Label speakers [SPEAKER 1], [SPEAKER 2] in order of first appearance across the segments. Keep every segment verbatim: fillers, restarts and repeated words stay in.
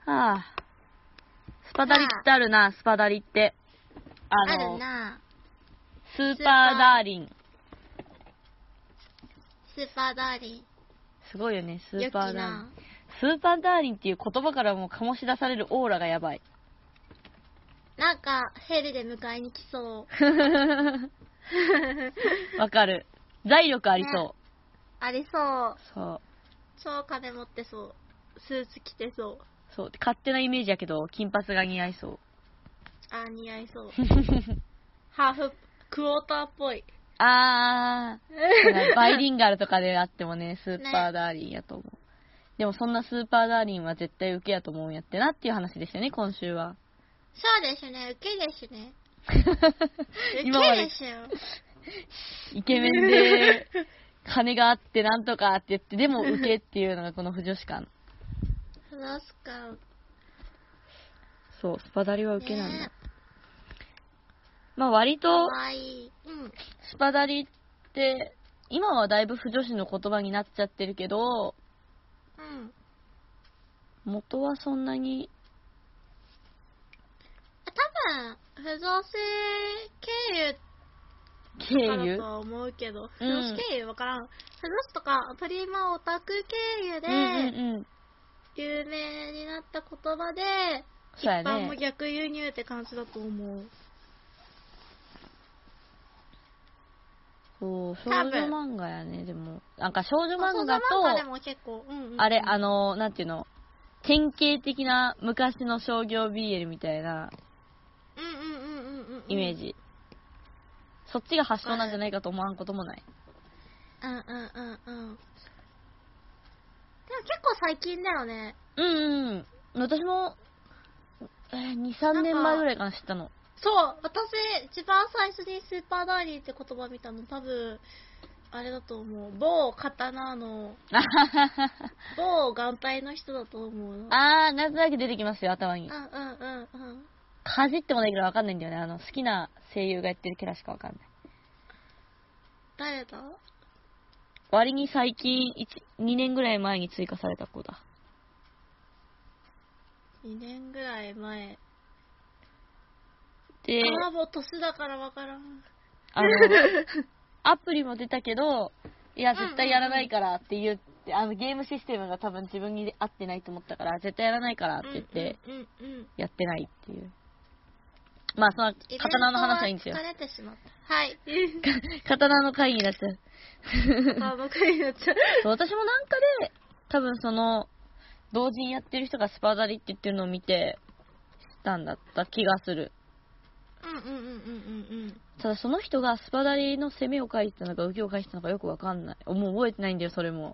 [SPEAKER 1] はあ。スパダリってあるな、スパダリって。あの、
[SPEAKER 2] あるな。
[SPEAKER 1] スーパーダーリン。
[SPEAKER 2] スーパーダーリン。
[SPEAKER 1] すごいよね、スーパーダーリン。
[SPEAKER 2] 良きな。
[SPEAKER 1] スーパーダーリンっていう言葉からも醸し出されるオーラがやばい。
[SPEAKER 2] なんか、ヘリで迎えに来そう。
[SPEAKER 1] わかる。財力ありそう。ね、
[SPEAKER 2] ありそう。
[SPEAKER 1] そう。
[SPEAKER 2] 超金持ってそう。スーツ着てそう。
[SPEAKER 1] そう。勝手なイメージやけど、金髪が似合いそう。
[SPEAKER 2] あー、似合いそう。ハーフ、クォーターっぽい。
[SPEAKER 1] あー。バイリンガルとかであってもね、スーパーダーリンやと思う。ね、でもそんなスーパーダーリンは絶対受けやと思うんやってなっていう話でしたね、今週は。
[SPEAKER 2] そうですね、受けですね。
[SPEAKER 1] 今まで
[SPEAKER 2] 受けですよ。
[SPEAKER 1] イケメンで金があってなんとかって言って、でも受けっていうのがこの不女子感。
[SPEAKER 2] 不女子感。
[SPEAKER 1] そう、スパダリは受けなんだ。
[SPEAKER 2] ね、
[SPEAKER 1] まあ割と、
[SPEAKER 2] かわいい。うん。
[SPEAKER 1] スパダリって、今はだいぶ不女子の言葉になっちゃってるけど、
[SPEAKER 2] うん。
[SPEAKER 1] 元はそんなに。
[SPEAKER 2] 多分、不女子経由
[SPEAKER 1] 経由
[SPEAKER 2] だとは思うけど、不
[SPEAKER 1] うん、
[SPEAKER 2] 女子経由わからん。不女子とか、プリマオタク経由で、
[SPEAKER 1] うんうんうん、
[SPEAKER 2] 有名になった言葉で、
[SPEAKER 1] そうやね、
[SPEAKER 2] 一般も逆輸入って感じだと思う。
[SPEAKER 1] そう、少女漫画やね、でも。なんか少女漫画と、
[SPEAKER 2] 少女漫画でも結構、うんうんうん、
[SPEAKER 1] あれ、あの、なんていうの、典型的な昔の商業 ビーエル みたいなイメージ。そっちが発祥なんじゃないかと思わんこともない。
[SPEAKER 2] うんうんうんうん。でも結構最近だよね。
[SPEAKER 1] うんうん。私も、えー、に、さんねんまえぐらいから知ったの。
[SPEAKER 2] そう、私、一番最初にスーパーダーリーって言葉見たの多分、あれだと思う。某刀の、某眼帯の人だと思う。
[SPEAKER 1] あー、なんとなく出てきますよ、頭に。
[SPEAKER 2] うんうんうんうん。
[SPEAKER 1] かじってもないけどわかんないんだよね。あの、好きな声優がやってるキャラしかわかんない。
[SPEAKER 2] 誰だ？
[SPEAKER 1] 割に最近、にねんぐらい前に追加された子だ。
[SPEAKER 2] にねんぐらい前。
[SPEAKER 1] で、
[SPEAKER 2] ああ、もう年だからわからん。
[SPEAKER 1] あの、アプリも出たけど、いや、絶対やらないからって言って、あの、ゲームシステムが多分自分に合ってないと思ったから、絶対やらないからって言って、やってないっていう。まあ、その、刀の話はいいんですよ。
[SPEAKER 2] 疲れてしまった。はい。
[SPEAKER 1] 刀の回になっちゃう。
[SPEAKER 2] 刀の回になっちゃう。
[SPEAKER 1] 私もなんかで、多分その、同時にやってる人がスパダリって言ってるのを見て、したんだった気がする。
[SPEAKER 2] うんうんうんうんうんうん。
[SPEAKER 1] ただその人がスパダリの攻めを返したのか受けを返したのかよくわかんない。もう覚えてないんだよ、それも。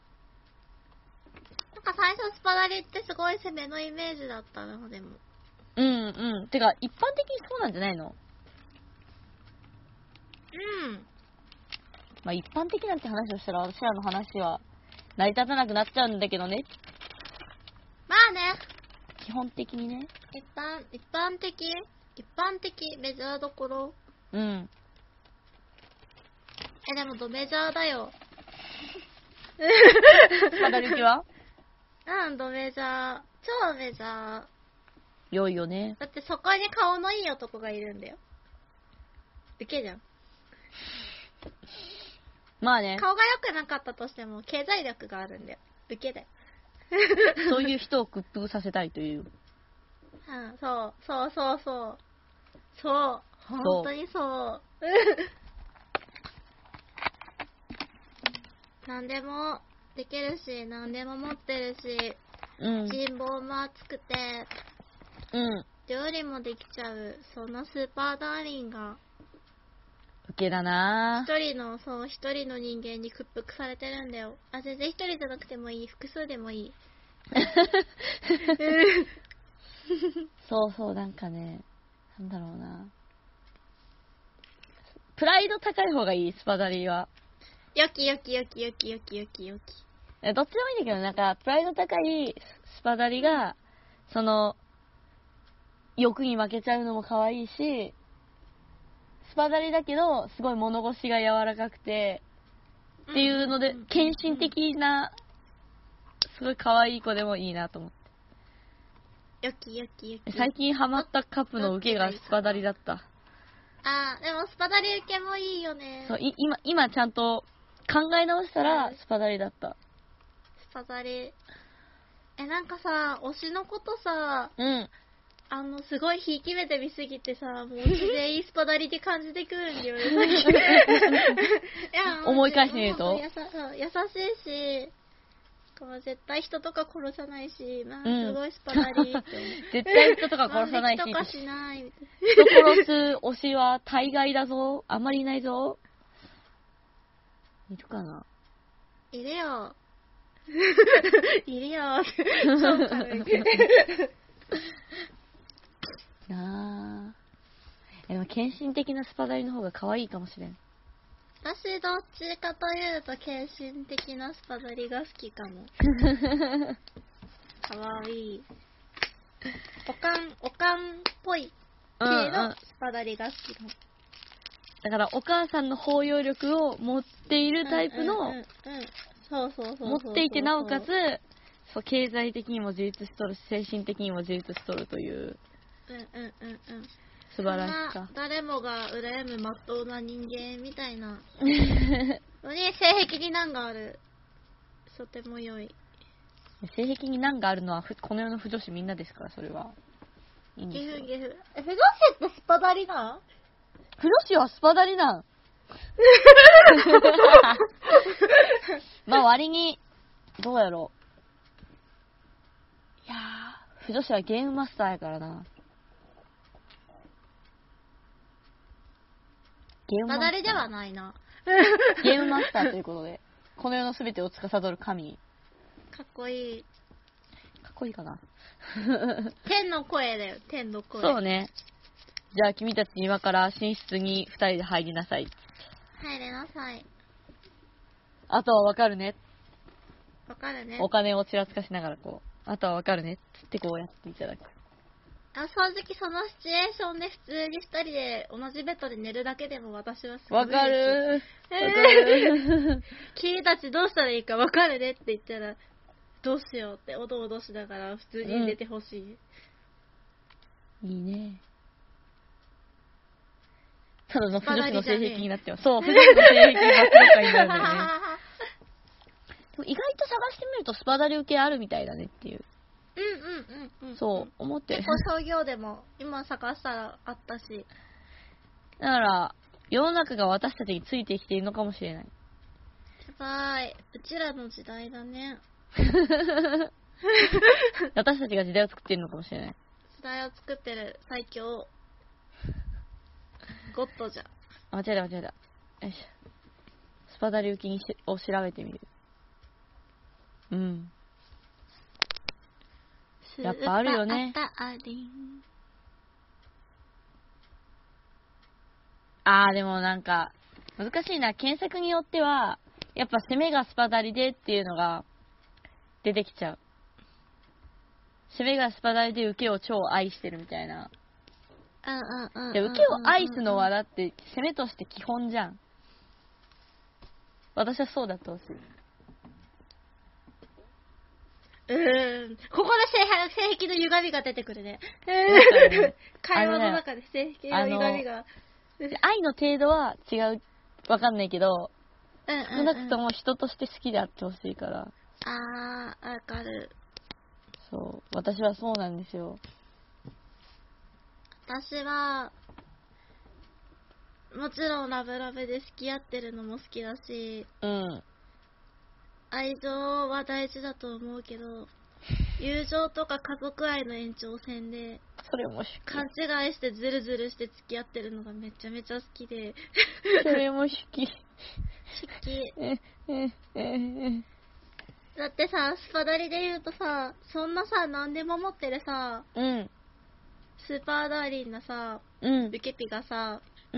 [SPEAKER 2] なんか最初スパダリってすごい攻めのイメージだったの、でも。
[SPEAKER 1] うんうん。てか、一般的にそうなんじゃないの？
[SPEAKER 2] うん。
[SPEAKER 1] まあ一般的なんて話をしたら私らの話は成り立たなくなっちゃうんだけどね。
[SPEAKER 2] まあね。
[SPEAKER 1] 基本的にね。
[SPEAKER 2] 一般、一般的一般的メジャーどころ。
[SPEAKER 1] うん。
[SPEAKER 2] え、でもドメジャーだよ。
[SPEAKER 1] スパダリ行きは？
[SPEAKER 2] うん、ドメジャー。超メジャー。
[SPEAKER 1] 良いよね。
[SPEAKER 2] だってそこに顔のいい男がいるんだよ。ウケじゃん。
[SPEAKER 1] まあね。
[SPEAKER 2] 顔が良くなかったとしても経済力があるんだよ。ウケだよ。
[SPEAKER 1] そういう人を屈服させたいという。
[SPEAKER 2] うん、そう、そうそうそう。そう、本当にそう。何でもできるし、何でも持ってるし、
[SPEAKER 1] うん、
[SPEAKER 2] 人望も厚くて、
[SPEAKER 1] うん、
[SPEAKER 2] 料理もできちゃう、そんなスーパーダーリンが、
[SPEAKER 1] ウケだな
[SPEAKER 2] 一人の、そう、一人の人間に屈服されてるんだよ。あ、全然一人じゃなくてもいい、複数でもいい。
[SPEAKER 1] そうそう、なんかね、なんだろうな。プライド高い方がいい、スパダリは。
[SPEAKER 2] よきよきよきよきよきよきよき。
[SPEAKER 1] どっちでもいいんだけど、なんか、プライド高いスパダリが、その、欲に負けちゃうのも可愛いし、スパダリだけど、すごい物腰が柔らかくて、っていうので、献身的な、すごい可愛い子でもいいなと思って。
[SPEAKER 2] よきよきよき。
[SPEAKER 1] 最近ハマったカップの受けがスパダリだった。
[SPEAKER 2] あー、でもスパダリ受けもいいよね。
[SPEAKER 1] そう、い今、今ちゃんと考え直したらスパダリだった。
[SPEAKER 2] スパダリ。え、なんかさ、推しのことさ、
[SPEAKER 1] うん。
[SPEAKER 2] あの、すごいひいき目で見すぎてさ、もう推しでいいスパダリって感じてくるんだよね。いや
[SPEAKER 1] 思い返してみると
[SPEAKER 2] 優優しいし、こう絶対人とか殺さないし、まあ、すごいスパダリって思う。
[SPEAKER 1] 絶対人とか殺さないし。
[SPEAKER 2] 人とかしないみたい
[SPEAKER 1] な。人殺す推しは大概だぞ。あんまりいないぞ。いるかな？
[SPEAKER 2] いるよ。いるよ。そう軽い。
[SPEAKER 1] なぁ。でも献身的なスパダリの方が可愛いかもしれん。
[SPEAKER 2] 私どっちかというと献身的なスパダリが好きかも。かわいい。おかん、おかんっぽい系のスパダリが好きだもん。
[SPEAKER 1] だからお母さんの包容力を持っているタイプの、
[SPEAKER 2] そうそうそう。
[SPEAKER 1] 持っていてなおかつ、そう経済的にも自立しとる、精神的にも自立しとるという。
[SPEAKER 2] うんうんうんうん。
[SPEAKER 1] 素晴らしさ。
[SPEAKER 2] 誰もが羨むまっとうな人間みたいなのに性癖に難がある。とても良い。
[SPEAKER 1] 性癖に難があるのはこの世の不女子みんなですから、それは。
[SPEAKER 2] いいんですよ。ゲフゲフ。え、不女子ってスパダリなん？
[SPEAKER 1] 不女子はスパダリなんまあ割に、どうやろう。いやー、不女子はゲームマスターやからな。
[SPEAKER 2] スパダリではないな。
[SPEAKER 1] ゲームマスターということで、この世のすべてを司る神。
[SPEAKER 2] かっこいい。
[SPEAKER 1] かっこいいかな。
[SPEAKER 2] 天の声だよ、天の声。
[SPEAKER 1] そうね。じゃあ君たち今から寝室に二人で入りなさい。
[SPEAKER 2] 入れなさい。
[SPEAKER 1] あとはわかるね。
[SPEAKER 2] わかるね。
[SPEAKER 1] お金をちらつかしながらこう、あとはわかるねってこうやっていただく。
[SPEAKER 2] あ、正直そのシチュエーションで普通に二人で同じベッドで寝るだけでも私はすごい。
[SPEAKER 1] わかるー。
[SPEAKER 2] わかる。君たちどうしたらいいかわかるねって言ったら、どうしようっておどおどしながら普通に寝てほしい、
[SPEAKER 1] うん。いいね。ただの不女子の性癖になってます。そう、不女子の性癖が明らかになるんだよね。でも意外と探してみるとスパダリ受けあるみたいだねっていう。
[SPEAKER 2] うんうんうんうん。
[SPEAKER 1] そう、思ってる。
[SPEAKER 2] 結構商業でも今探したらあったし。
[SPEAKER 1] だから、世の中が私たちについてきているのかもしれない。
[SPEAKER 2] やばい。うちらの時代だね。
[SPEAKER 1] 私たちが時代を作っているのかもしれない。
[SPEAKER 2] 時代を作ってる最強。ゴッドじゃ。
[SPEAKER 1] 間違えた間違えた。よいしょ。スパダリ受けにしを調べてみる。うん。やっぱあるよね。あーでもなんか難しいな。検索によってはやっぱ攻めがスパダリでっていうのが出てきちゃう。攻めがスパダリで受けを超愛してるみたいな。で受けを愛すのはだって攻めとして基本じゃん。私はそうだってほしい。
[SPEAKER 2] うーん。ここで性癖の歪みが出てくるね。会話の中で性癖の歪みが。
[SPEAKER 1] 愛の程度は違う、わかんないけど、
[SPEAKER 2] うんうんうん、
[SPEAKER 1] 少なくとも人として好きであってほしいから。
[SPEAKER 2] あー、わかる。
[SPEAKER 1] そう。私はそうなんですよ。
[SPEAKER 2] 私は、もちろんラブラブで付き合ってるのも好きだし、
[SPEAKER 1] うん。
[SPEAKER 2] 愛情は大事だと思うけど、友情とか家族愛の延長線で、
[SPEAKER 1] それも好き。
[SPEAKER 2] 勘違いしてズルズルして付き合ってるのがめちゃめちゃ好きで。
[SPEAKER 1] それも好き。好
[SPEAKER 2] き。だってさ、スパダリで言うとさ、そんなさ、何でも持ってるさ、
[SPEAKER 1] うん。
[SPEAKER 2] スーパーダーリンなさ、
[SPEAKER 1] うん。
[SPEAKER 2] ウケピがさ、
[SPEAKER 1] うん。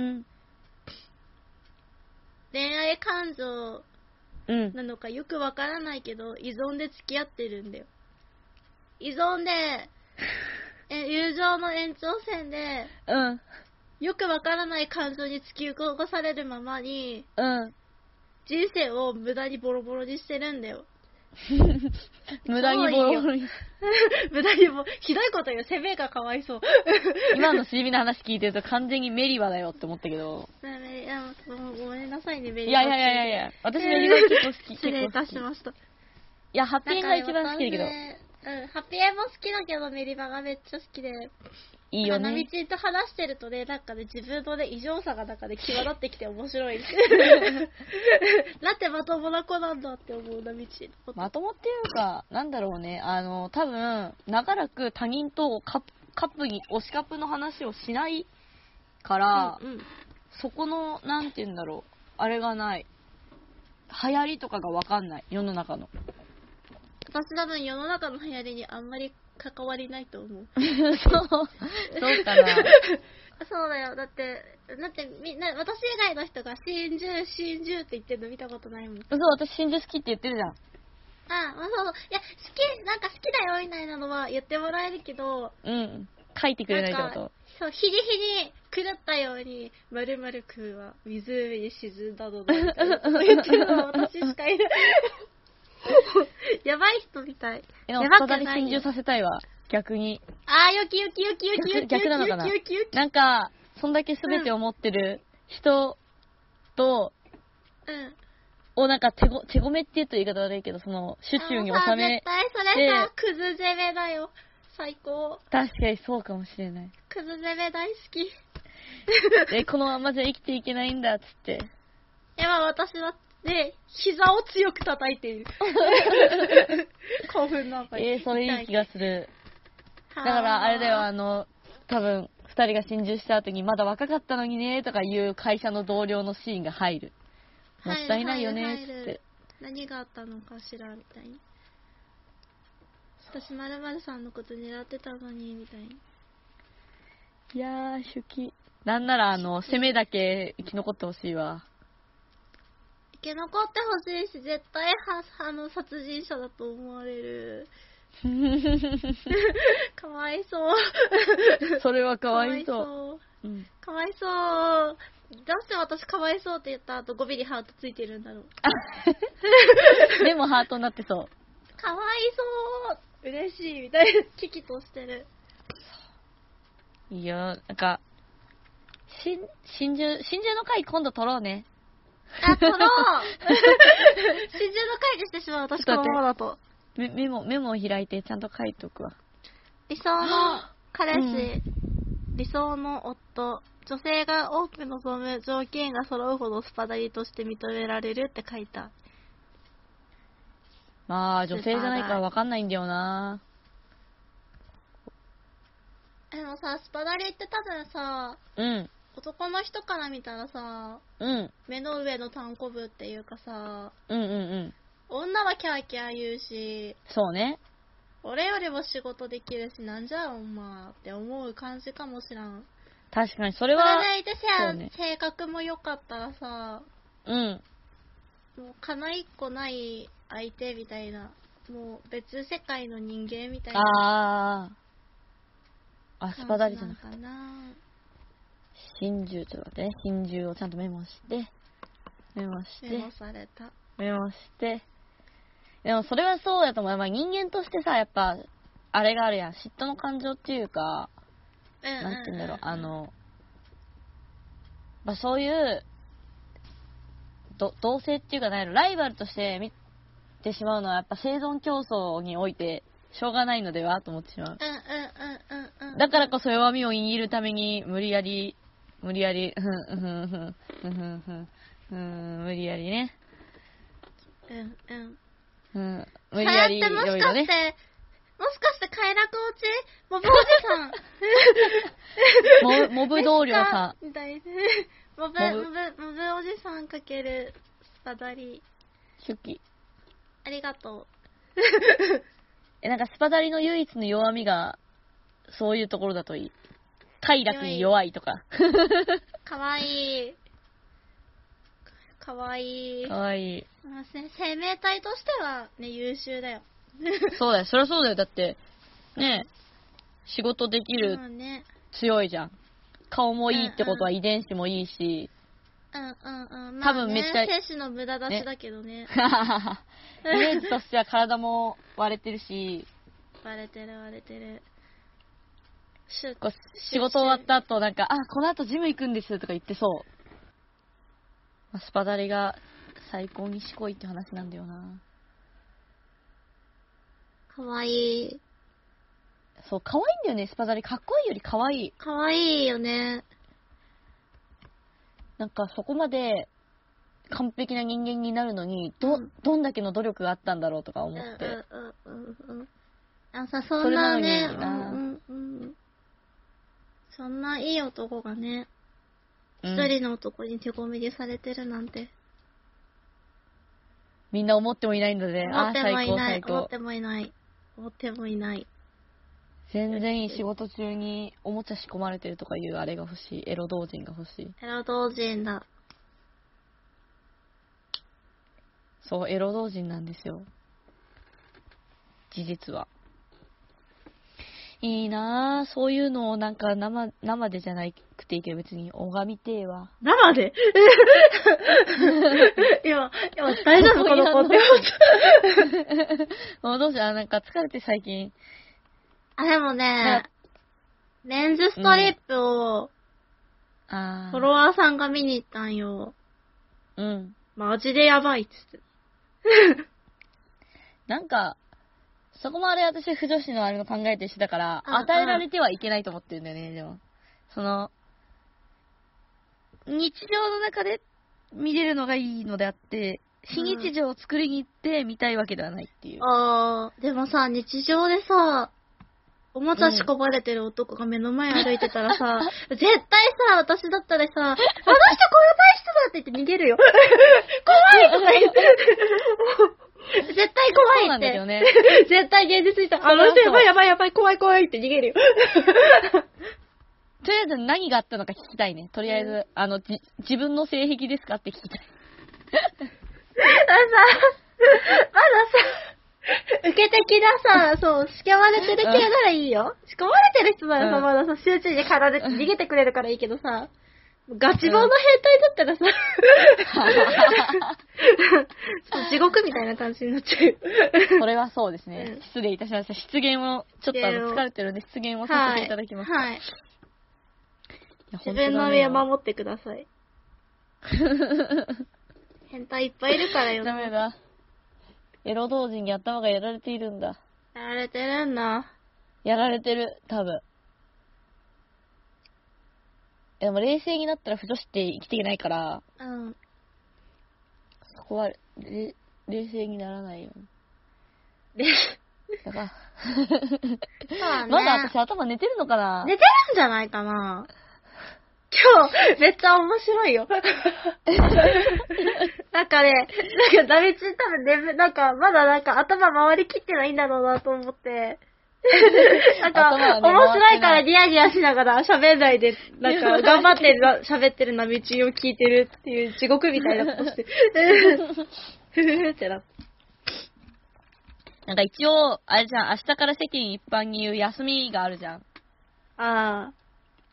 [SPEAKER 2] 恋愛感情
[SPEAKER 1] うん。
[SPEAKER 2] なのかよくわからないけど、依存で付き合ってるんだよ。依存で、え友情の延長線で、
[SPEAKER 1] うん。
[SPEAKER 2] よくわからない感情に突き動かされるままに、
[SPEAKER 1] うん。
[SPEAKER 2] 人生を無駄にボロボロにしてるんだよ。
[SPEAKER 1] 無駄にボロボロに。
[SPEAKER 2] 無駄にも、ひどいこと言う。セメがかわいそう。
[SPEAKER 1] 今のしじみの話聞いてると完全にメリバだよって思ったけど。
[SPEAKER 2] いや、もうごめんなさいね、メリ
[SPEAKER 1] バ。いやいやいやいや、私メリバ結構好き。
[SPEAKER 2] 失礼いたしました。い
[SPEAKER 1] や、ハッピーエンが一番好きだけど。
[SPEAKER 2] うん、ハッピーエンも好きだけど、メリバがめっちゃ好きで。
[SPEAKER 1] いいよね。
[SPEAKER 2] ナミチンと話してるとね、なんかね、自分のね、異常さがなんかね、際立ってきて面白いです。だってまともな子なんだって思う、ナミチンのこと。
[SPEAKER 1] まともっていうか、なんだろうね、あの、多分、長らく他人とカップ、カップに、推しカップの話をしないから、うんうん、そこの、なんて言うんだろう、あれがない。流行りとかがわかんない、世の中の。
[SPEAKER 2] 私多分世の中の流行りにあんまり関わりないと思う。
[SPEAKER 1] そう、そうかな。
[SPEAKER 2] そうだよ。だって、だってみんな、私以外の人が真珠、真珠って言ってるの見たことないもん。
[SPEAKER 1] そう、私真珠好きって言ってるじゃん。
[SPEAKER 2] ああ、まあそうそう。いや、好き、なんか好きだよみたいなのは言ってもらえるけど、
[SPEAKER 1] うん。書いてくれないってこと？
[SPEAKER 2] そう、日に日に狂ったように、〇〇くんは湖に沈んだのだみたいなこと言ってるのは私しかいない。やばい人みたい。
[SPEAKER 1] やばくないよ。真珠させたいわ、逆に。
[SPEAKER 2] あー、よきよきよきよきよき。
[SPEAKER 1] 逆なのかな。なんか、そんだけ全てを持ってる人と、うん。をなんか手ご、手ごめって言うと言い方悪いけど、その、手中に収め
[SPEAKER 2] 絶対それさ、クズ攻めだよ。最高。
[SPEAKER 1] 確かにそうかもしれない。
[SPEAKER 2] クズ攻め大好き。
[SPEAKER 1] え、このままじゃ生きていけないんだっつって。
[SPEAKER 2] いや、まあ私は、で、膝を強く叩いている。興奮なんかに。
[SPEAKER 1] えー、それいい気がする。だから、あれだよ、あの、多分、二人が心中した後に、まだ若かったのにね、とかいう会社の同僚のシーンが入る。もったいないよね、つって。
[SPEAKER 2] 何があったのかしら、みたいに。私、〇〇さんのこと狙ってたのに、みたいに。
[SPEAKER 1] いやー、手記。なんなら、あの、攻めだけ生き残ってほしいわ。
[SPEAKER 2] 生き残ってほしいし、絶対は、あの、殺人者だと思われる。かわいそう。
[SPEAKER 1] それはかわいそう。
[SPEAKER 2] かわいそう。どうして私かわいそうって言った後ごミリハートついてるんだろう。
[SPEAKER 1] でもハートになってそう。
[SPEAKER 2] かわいそう。嬉しいみたいな。キキとしてる。
[SPEAKER 1] いいよ、なんか、しん、真珠、真珠の回今度撮ろうね。
[SPEAKER 2] あ、撮ろう。真珠の回にしてしまう、私このままだと。
[SPEAKER 1] メ, メモ、メモを開いてちゃんと書いとくわ。
[SPEAKER 2] 理想の彼氏、うん、理想の夫、女性が多く望む条件が揃うほどスパダリとして認められるって書いた。
[SPEAKER 1] まあ、女性じゃないからわかんないんだよな。
[SPEAKER 2] でもさ、スパダリって多分さ、
[SPEAKER 1] うん。
[SPEAKER 2] 男の人から見たらさ、
[SPEAKER 1] うん。
[SPEAKER 2] 目の上の単行部っていうかさ、
[SPEAKER 1] うんうんうん。
[SPEAKER 2] 女はキャーキャー言うし、
[SPEAKER 1] そうね。
[SPEAKER 2] 俺よりも仕事できるし、なんじゃお前って思う感じかもしらん。
[SPEAKER 1] 確かに、それは。
[SPEAKER 2] それでいてさ、ね、性格も良かったらさ、
[SPEAKER 1] うん。
[SPEAKER 2] もう、かな一個ない相手みたいな、もう別世界の人間みたいな。
[SPEAKER 1] ああ。あ、スパダリじゃなかった。真珠、ちょっと待ってね。真珠をちゃんとメモして、メモして、
[SPEAKER 2] メモされた。
[SPEAKER 1] メモして、でもそれはそうだと思う。まあ、人間としてさ、やっぱ、あれがあるやん。嫉妬の感情っていうか、
[SPEAKER 2] うんうんうんうん、
[SPEAKER 1] なんて言うんだろう、あの、まあ、そういう、ど同性っていうかね、ライバルとして見てしまうのは、やっぱ生存競争において、しょうがないのではと思ってしまう。
[SPEAKER 2] うんうんうんうんうん。
[SPEAKER 1] だからこそ弱みを握るために、無理やり、無理やり、ふんふんふん、ふんふんふん、ふん、無理やりね。
[SPEAKER 2] うんうん。
[SPEAKER 1] うん、無理やり、いろいろね。
[SPEAKER 2] もしかして快楽落ちモブおじさ
[SPEAKER 1] ん。モ, モブ同僚さん。
[SPEAKER 2] みたいモブ、モブ、モブおじさんかけるスパダリ。
[SPEAKER 1] 手記。
[SPEAKER 2] ありがとう。
[SPEAKER 1] え、なんかスパダリの唯一の弱みが、そういうところだといい。快楽に弱いとか。
[SPEAKER 2] かわいい。かわいい。
[SPEAKER 1] かわいい。
[SPEAKER 2] まあ、生命体としてはね、優秀だよ。
[SPEAKER 1] そうだよ、そりゃそうだよ。だって、ね、仕事できる、
[SPEAKER 2] ね、
[SPEAKER 1] 強いじゃん。顔もいいってことは遺伝子もいいし、
[SPEAKER 2] うんうん。ま
[SPEAKER 1] 多
[SPEAKER 2] あ、ね、
[SPEAKER 1] 分めっちゃ、
[SPEAKER 2] 精子の無駄出しだけどね。
[SPEAKER 1] イメージとしては体も割れてるし、
[SPEAKER 2] 割れてる割れてる。
[SPEAKER 1] こう仕事終わった後なんか、あ、この後ジム行くんですとか言ってそう。まあ、スパダリが最高にしこいって話なんだよな。
[SPEAKER 2] かわいい。
[SPEAKER 1] そう、かわいいんだよね、スパダリ。かっこいいよりかわいい。
[SPEAKER 2] かわいいよね。
[SPEAKER 1] なんかそこまで完璧な人間になるのに、ど、
[SPEAKER 2] うん、
[SPEAKER 1] どんだけの努力があったんだろうとか思って。
[SPEAKER 2] うんうんうんうん。あ、さ、そんなね、
[SPEAKER 1] それなのにな、
[SPEAKER 2] うんうんうん。そんないい男がね、一、
[SPEAKER 1] うん、
[SPEAKER 2] 人の男に手こみでされてるなんて。
[SPEAKER 1] みんな思ってもいないんだね。
[SPEAKER 2] 思ってもいない。
[SPEAKER 1] あ、最高最高。
[SPEAKER 2] 思ってもいない。思ってもいない。
[SPEAKER 1] 全然仕事中におもちゃ仕込まれてるとかいうあれが欲しい。エロ同人が欲しい。
[SPEAKER 2] エロ同人だ。
[SPEAKER 1] そう、エロ同人なんですよ。事実は。いいなぁ。そういうのをなんか生、生でじゃなくていいけど別に拝みてえわ。
[SPEAKER 2] 生で今、今大丈夫この子って
[SPEAKER 1] もうどうしよう、なんか疲れて最近。
[SPEAKER 2] あ、でもね、レンズストリップを、
[SPEAKER 1] あ
[SPEAKER 2] フォロワーさんが見に行ったんよ。
[SPEAKER 1] うん。
[SPEAKER 2] マジでやばいっつって。
[SPEAKER 1] なんか、そこまで私、不女子のあれの考えてしてたから、
[SPEAKER 2] うんうん
[SPEAKER 1] 与えられてはいけないと思ってるんだよね、でも。その、日常の中で見れるのがいいのであって、非日常を作りに行って見たいわけではないっていう。
[SPEAKER 2] あー、でもさ、日常でさ、おもちゃ仕込まれてる男が目の前歩いてたらさ、絶対さ、私だったらさ、あの人こういう人だって言って逃げるよ。怖いとか言って。絶対怖いって。
[SPEAKER 1] そうなんだけどね。
[SPEAKER 2] 絶対現実にさ、あの人やばいやばいやばい怖い怖いって逃げるよ。
[SPEAKER 1] とりあえず何があったのか聞きたいね。とりあえず、うん、あの、じ、自分の性癖ですかって聞きたい。
[SPEAKER 2] だからさ、まださ、受け的なさ、そう、仕込まれてる系ならいいよ。仕込まれてる人ならさ、うん、まださ、集中で体で逃げてくれるからいいけどさ、ガチ棒の兵隊だったらさ、うん、地獄みたいな感じになっちゃう。
[SPEAKER 1] それはそうですね。うん、失礼いたしました。失言を、ちょっとあの疲れてるんで失言をさせていただきます。はい。はい、
[SPEAKER 2] 自分の身を守ってください。変態いっぱいいるからよ。
[SPEAKER 1] ダメだ。エロ同人に頭がやられているんだ。
[SPEAKER 2] やられてるんだ。
[SPEAKER 1] やられてる、多分。でも冷静になったら不女子って生きていけないから、
[SPEAKER 2] うん。
[SPEAKER 1] そこは、れ冷静にならないように。だから。
[SPEAKER 2] そうだね。
[SPEAKER 1] まだ私頭寝てるのかな？
[SPEAKER 2] 寝てるんじゃないかな。今日、めっちゃ面白いよ。なんかね、なんかダメチン多分眠、なんかまだなんか頭回りきってないんだろうなと思って。なんか、ね、面白いからニヤニヤしながら喋んないで、なんか頑張って喋ってるナビチンを聞いてるっていう地獄みたいなことして。ふふふってなって。
[SPEAKER 1] なんか一応、あれじゃん、明日から世間一般に言う休みがあるじゃん。
[SPEAKER 2] ああ。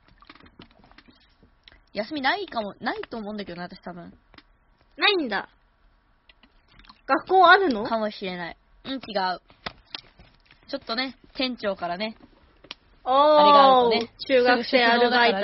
[SPEAKER 1] 休みないかも、ないと思うんだけどな、私多分。
[SPEAKER 2] ないんだ。学校あるの？
[SPEAKER 1] かもしれない。うん、違う。ちょっとね、店長からね。
[SPEAKER 2] おー、あれがあるとね。中学生アルバイター。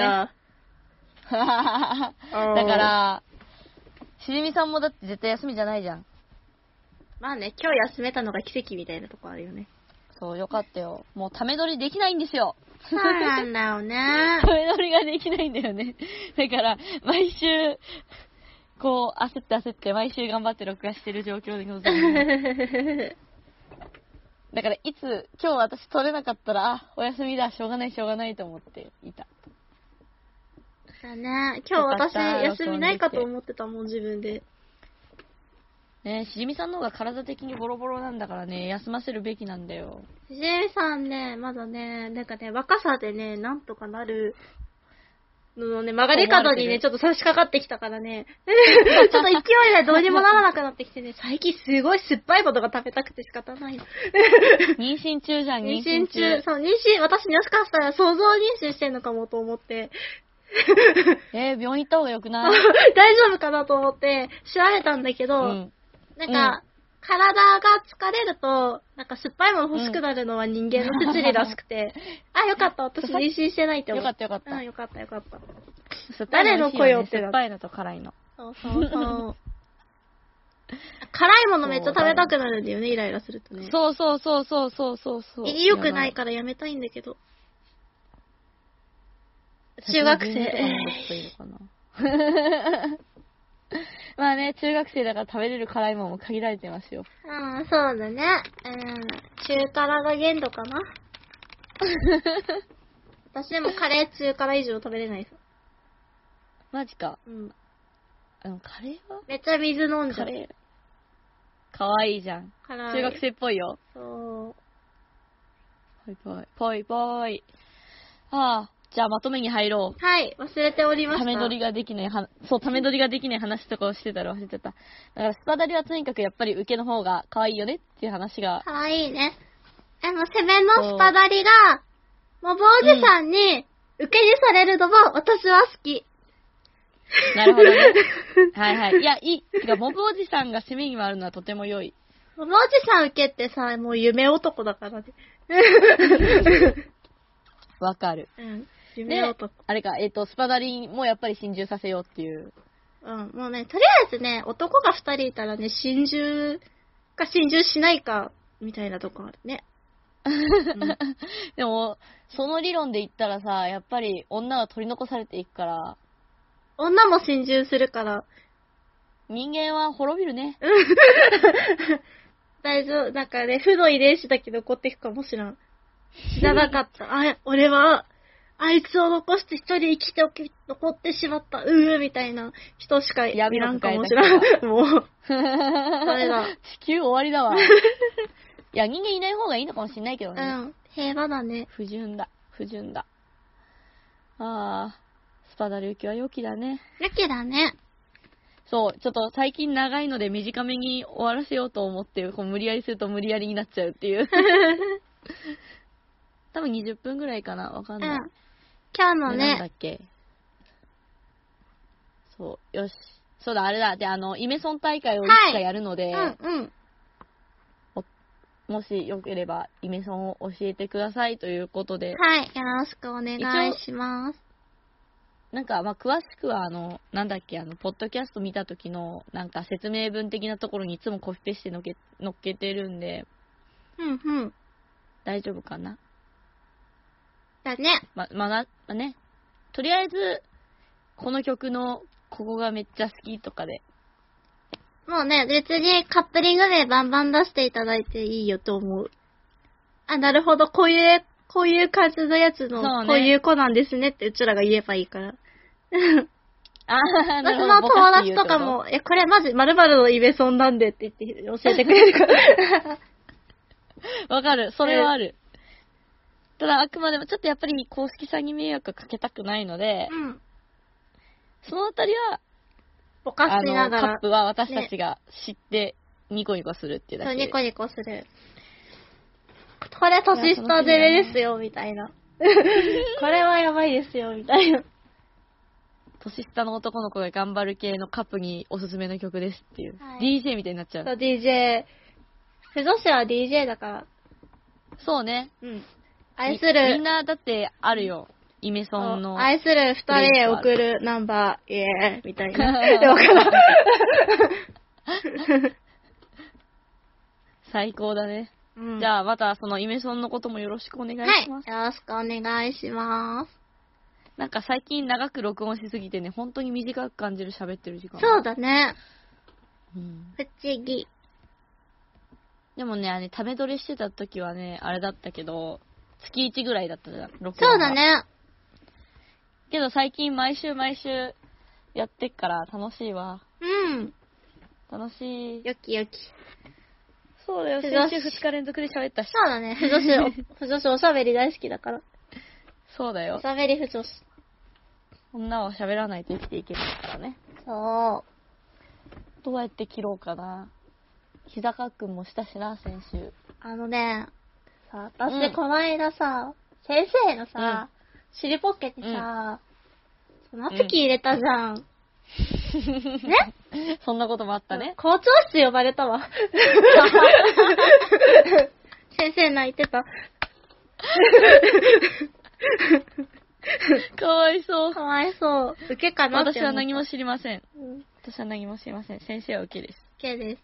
[SPEAKER 1] だから、しじみさんもだって絶対休みじゃないじゃん。
[SPEAKER 2] まあね、今日休めたのが奇跡みたいなとこあるよね。
[SPEAKER 1] そう、よかったよ。もうため撮りできないんですよ。
[SPEAKER 2] そうなんだよね。
[SPEAKER 1] ため撮りができないんだよね。だから、毎週、こう、焦って焦って、毎週頑張って録画してる状況でございます。だから、いつ、今日私撮れなかったら、あ、お休みだ、しょうがない、しょうがないと思っていた。
[SPEAKER 2] だね。今日私休みないかと思ってたもん、自分で。
[SPEAKER 1] ねえ、しじみさんの方が体的にボロボロなんだからね、休ませるべきなんだよ。
[SPEAKER 2] しじみさんね、まだね、なんかね、若さでね、なんとかなるののね、曲がり角にね、ちょっと差し掛かってきたからね、ちょっと勢いでどうにもならなくなってきてね、最近すごい酸っぱいことが食べたくて仕方ない。
[SPEAKER 1] 妊娠中じゃん、
[SPEAKER 2] 妊娠中。妊娠中、そう、妊娠、私もしかしたら想像妊娠してんのかもと思って、
[SPEAKER 1] えー、病院行った方がよくない？
[SPEAKER 2] 大丈夫かなと思って調べたんだけど、うん、なんか、うん、体が疲れると、なんか酸っぱいもの欲しくなるのは人間の摂理らしくて、うん、あ、よかった、私妊娠してないって思った。
[SPEAKER 1] よかったよかった。
[SPEAKER 2] うん、よかったよかった。誰の声をって
[SPEAKER 1] 酸っぱいのと辛いの。
[SPEAKER 2] そうそうそう。辛いものめっちゃ食べたくなるんだよね、イライラするとね。
[SPEAKER 1] そうそうそうそうそうそうそう。
[SPEAKER 2] 良くないからやめたいんだけど。中学生。
[SPEAKER 1] まあね、中学生だから食べれる辛いものも限られてますよ。
[SPEAKER 2] うん、そうだね。うん、中辛が限度かな。私でもカレー中辛以上食べれないです。
[SPEAKER 1] マジか。
[SPEAKER 2] うん。
[SPEAKER 1] あの、カレーは
[SPEAKER 2] めっちゃ水飲んじゃう。カレ
[SPEAKER 1] ー。かわいいじゃん。中学生っぽいよ。
[SPEAKER 2] そう。
[SPEAKER 1] ぽいぽい。ぽいぽい。はあ。じゃあまとめに入ろう。
[SPEAKER 2] はい、忘れておりました。
[SPEAKER 1] ため撮りができないは、そう、ため撮りができない話とかをしてたら忘れちゃった。だからスパダリはとにかくやっぱり受けの方が可愛いよねっていう話が。
[SPEAKER 2] 可愛いね。あの、セメンのスパダリが、モブおじさんに受けにされるのも私は好き。
[SPEAKER 1] なるほどね。はいはい。いや、いい。てか、モブおじさんが攻めに回るのはとても良い。
[SPEAKER 2] モブおじさん受けってさ、もう夢男だからね。
[SPEAKER 1] わかる。
[SPEAKER 2] うん。夢男。
[SPEAKER 1] あれか、えっ、ー、と、スパダリもやっぱり心中させようっていう。
[SPEAKER 2] うん。もうね、とりあえずね、男が二人いたらね、心中か心中しないか、みたいなとこあるね。うん、
[SPEAKER 1] でも、その理論で言ったらさ、やっぱり女が取り残されていくから。
[SPEAKER 2] 女も心中するから。
[SPEAKER 1] 人間は滅びるね。
[SPEAKER 2] 大丈夫。なんかね、負の遺伝子だけ残っていくかもしらん。知らなかった。あ、俺は、あいつを残して一人生きておき、残ってしまった。うーみたいな人しかいらんかもしらん。もう。それだ。
[SPEAKER 1] 地球終わりだわ。いや、人間いない方がいいのかもしれないけどね。
[SPEAKER 2] うん。平和だね。
[SPEAKER 1] 不純だ。不純だ。ああ、スパダリ受けは良きだね。
[SPEAKER 2] 良きだね。
[SPEAKER 1] そう、ちょっと最近長いので短めに終わらせようと思って、こう無理やりすると無理やりになっちゃうっていう。多分にじゅっぷんぐらいかな、わかんない。うん、
[SPEAKER 2] 今日のね。
[SPEAKER 1] なんだっけ。そう、よし。そうだ、あれだ。で、あの、イメソン大会をいつかやるので、
[SPEAKER 2] はいうんうん、
[SPEAKER 1] もしよければ、イメソンを教えてくださいということで。
[SPEAKER 2] はい、よろしくお願いします。
[SPEAKER 1] なんか、まあ、詳しくは、あの、なんだっけ、あの、ポッドキャスト見た時の、なんか説明文的なところにいつもコピペしてのっけ、乗っけてるんで、
[SPEAKER 2] うんうん。
[SPEAKER 1] 大丈夫かな
[SPEAKER 2] だね。
[SPEAKER 1] ま、まだ、まね。とりあえず、この曲の、ここがめっちゃ好きとかで。
[SPEAKER 2] もうね、別にカップリング名バンバン出していただいていいよと思う。あ、なるほど、こういう、こういう感じのやつの、ね、こういう子なんですねってうちらが言えばいいから。
[SPEAKER 1] あー、なるほど。
[SPEAKER 2] 私の友達とかも、え、これマジ〇〇のイベソンなんでって言って教えてくれるから。
[SPEAKER 1] わかる、それはある。ただ、あくまでもちょっとやっぱり公式さんに迷惑かけたくないので、
[SPEAKER 2] うん、
[SPEAKER 1] そのあたりは、
[SPEAKER 2] ぼかしながら。
[SPEAKER 1] カップは私たちが知ってニコニコするっていうだけで。
[SPEAKER 2] そう、ニコニコする。これ年下攻めですよ、みたいな。これはやばいですよ、みたいな。
[SPEAKER 1] 年下の男の子が頑張る系のカップにおすすめの曲ですっていう。はい、ディージェー みたいになっちゃう。
[SPEAKER 2] そう、ディージェー。不女子は ディージェー だから。
[SPEAKER 1] そうね。
[SPEAKER 2] うん。愛する。
[SPEAKER 1] みんなだってあるよ。イメソンの。
[SPEAKER 2] 愛する二人へ送るナンバー、イエーみたいな。で、わからん。
[SPEAKER 1] 最高だね。うん、じゃあ、またそのイメソンのこともよろしくお願いします。
[SPEAKER 2] はい。よろしくお願いします。
[SPEAKER 1] なんか最近長く録音しすぎてね、本当に短く感じる喋ってる時間。
[SPEAKER 2] そうだね。
[SPEAKER 1] うん。
[SPEAKER 2] 不思議。
[SPEAKER 1] でもね、あれ、ため撮りしてた時はね、あれだったけど、月いちぐらいだったじゃん、録音。
[SPEAKER 2] そうだね。
[SPEAKER 1] けど最近毎週毎週やってっから楽しいわ。
[SPEAKER 2] うん。
[SPEAKER 1] 楽しい。
[SPEAKER 2] よきよき。
[SPEAKER 1] そうだよ、先週ふつか連続で喋ったし。
[SPEAKER 2] そうだね、不女子、不女子おしゃべり大好きだから。
[SPEAKER 1] そうだよ。
[SPEAKER 2] おしゃべり不女子。
[SPEAKER 1] 女は喋らないと生きていけないからね。
[SPEAKER 2] そう。
[SPEAKER 1] どうやって切ろうかな。日高くんもしたしな、先週。
[SPEAKER 2] あのね、さ、私この間さ、うん、先生のさ、うん、尻ポッケにさ、 ナプキン入れたじゃん。
[SPEAKER 1] ねそんなこともあったね。
[SPEAKER 2] 校長室呼ばれたわ。先生泣いてた。
[SPEAKER 1] かわいそう。
[SPEAKER 2] かわいそう。受けかなって
[SPEAKER 1] 私は何も知りません。
[SPEAKER 2] うん。
[SPEAKER 1] 私は何も知りません。先生は受けです。
[SPEAKER 2] 受けです。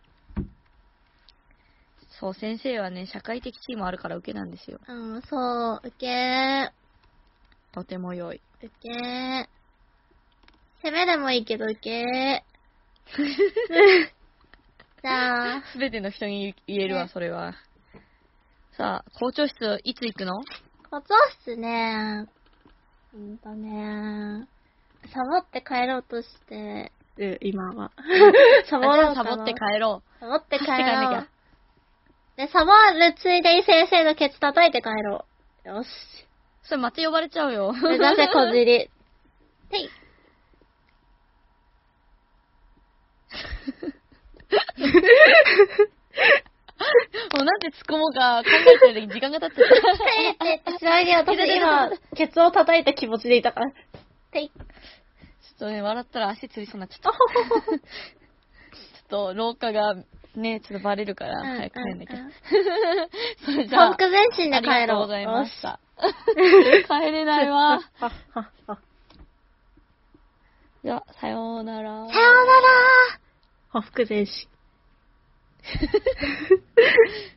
[SPEAKER 1] そう、先生はね、社会的地位もあるから受けなんですよ。
[SPEAKER 2] うん、そう、受け。
[SPEAKER 1] とても良い。
[SPEAKER 2] 受け。攻めでもいいけど受け。じゃあ。
[SPEAKER 1] すべての人に言えるわ、
[SPEAKER 2] ね、
[SPEAKER 1] それは。さあ、校長室いつ行くの？
[SPEAKER 2] 校長室ね、うんとね、サボって帰ろうとしてる、今は。
[SPEAKER 1] サボろうサボって帰ろう。
[SPEAKER 2] サボって帰ろう。
[SPEAKER 1] 走って帰んなきゃ。
[SPEAKER 2] で、サボるついでに先生のケツ叩いて帰ろう。よし。
[SPEAKER 1] それまた呼ばれちゃうよ。
[SPEAKER 2] 目指せ小尻。てい。
[SPEAKER 1] もうなんて突っ込もうか考えてる時に時間が経っちゃった。
[SPEAKER 2] ていって、ちなみに私今、ケツを叩いた気持ちでいたから。てい。ちょ
[SPEAKER 1] っとね、笑ったら足つりそうになっちゃった。ちょっと廊下がね、ちょっとバレるから、早く帰んなきゃ。それじゃあ、
[SPEAKER 2] 本気前進で帰ろう。
[SPEAKER 1] ありがとうございました。帰れないわ。じゃあ、さようなら。
[SPEAKER 2] さようなら。ほふく前進。